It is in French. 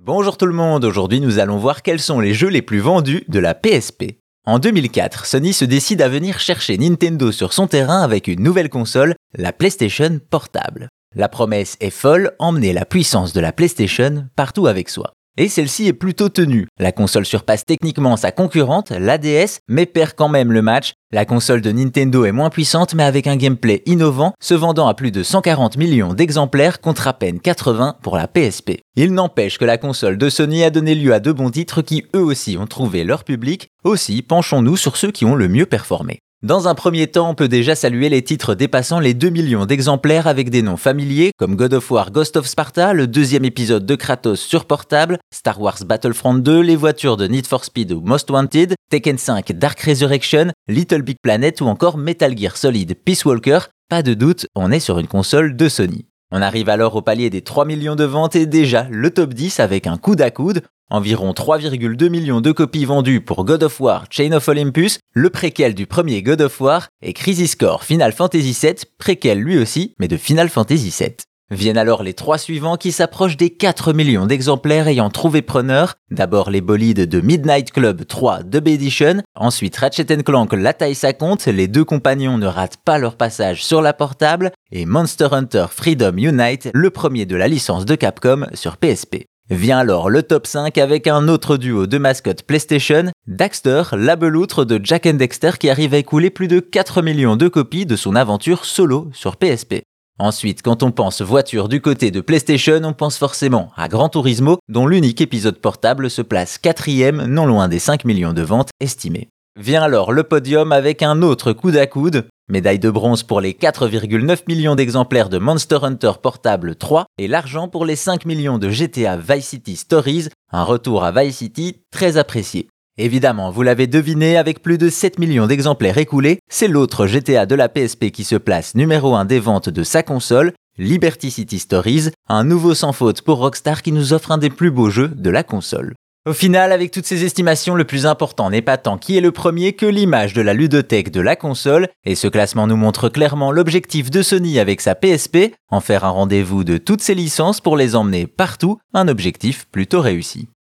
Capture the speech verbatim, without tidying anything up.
Bonjour tout le monde, aujourd'hui nous allons voir quels sont les jeux les plus vendus de la P S P. En deux mille quatre, Sony se décide à venir chercher Nintendo sur son terrain avec une nouvelle console, la PlayStation Portable. La promesse est folle, emmener la puissance de la PlayStation partout avec soi. Et celle-ci est plutôt tenue. La console surpasse techniquement sa concurrente, la D S, mais perd quand même le match. La console de Nintendo est moins puissante mais avec un gameplay innovant, se vendant à plus de cent quarante millions d'exemplaires contre à peine quatre-vingts pour la P S P. Il n'empêche que la console de Sony a donné lieu à de bons titres qui eux aussi ont trouvé leur public. Aussi, penchons-nous sur ceux qui ont le mieux performé. Dans un premier temps, on peut déjà saluer les titres dépassant les deux millions d'exemplaires avec des noms familiers comme God of War Ghost of Sparta, le deuxième épisode de Kratos sur portable, Star Wars Battlefront deux, les voitures de Need for Speed ou Most Wanted, Tekken cinq Dark Resurrection, Little Big Planet ou encore Metal Gear Solid Peace Walker. Pas de doute, on est sur une console de Sony. On arrive alors au palier des trois millions de ventes et déjà le top dix avec un coude à coude. Environ trois virgule deux millions de copies vendues pour God of War Chain of Olympus, le préquel du premier God of War, et Crisis Core Final Fantasy sept, préquel lui aussi, mais de Final Fantasy sept. Viennent alors les trois suivants qui s'approchent des quatre millions d'exemplaires ayant trouvé preneur. D'abord les bolides de Midnight Club trois Dub Edition, ensuite Ratchet and Clank La Taille Ça Compte, les deux compagnons ne ratent pas leur passage sur la portable, et Monster Hunter Freedom Unite, le premier de la licence de Capcom sur P S P. Vient alors le top cinq avec un autre duo de mascottes PlayStation, Daxter, la beloutre de Jak and Daxter qui arrive à écouler plus de quatre millions de copies de son aventure solo sur P S P. Ensuite, quand on pense voiture du côté de PlayStation, on pense forcément à Gran Turismo, dont l'unique épisode portable se place quatrième, non loin des cinq millions de ventes estimées. Vient alors le podium avec un autre coude à coude, médaille de bronze pour les quatre virgule neuf millions d'exemplaires de Monster Hunter Portable trois et l'argent pour les cinq millions de G T A Vice City Stories, un retour à Vice City très apprécié. Évidemment, vous l'avez deviné, avec plus de sept millions d'exemplaires écoulés, c'est l'autre G T A de la P S P qui se place numéro un des ventes de sa console, Liberty City Stories, un nouveau sans faute pour Rockstar qui nous offre un des plus beaux jeux de la console. Au final, avec toutes ces estimations, le plus important n'est pas tant qui est le premier que l'image de la ludothèque de la console, et ce classement nous montre clairement l'objectif de Sony avec sa P S P, en faire un rendez-vous de toutes ses licences pour les emmener partout, un objectif plutôt réussi.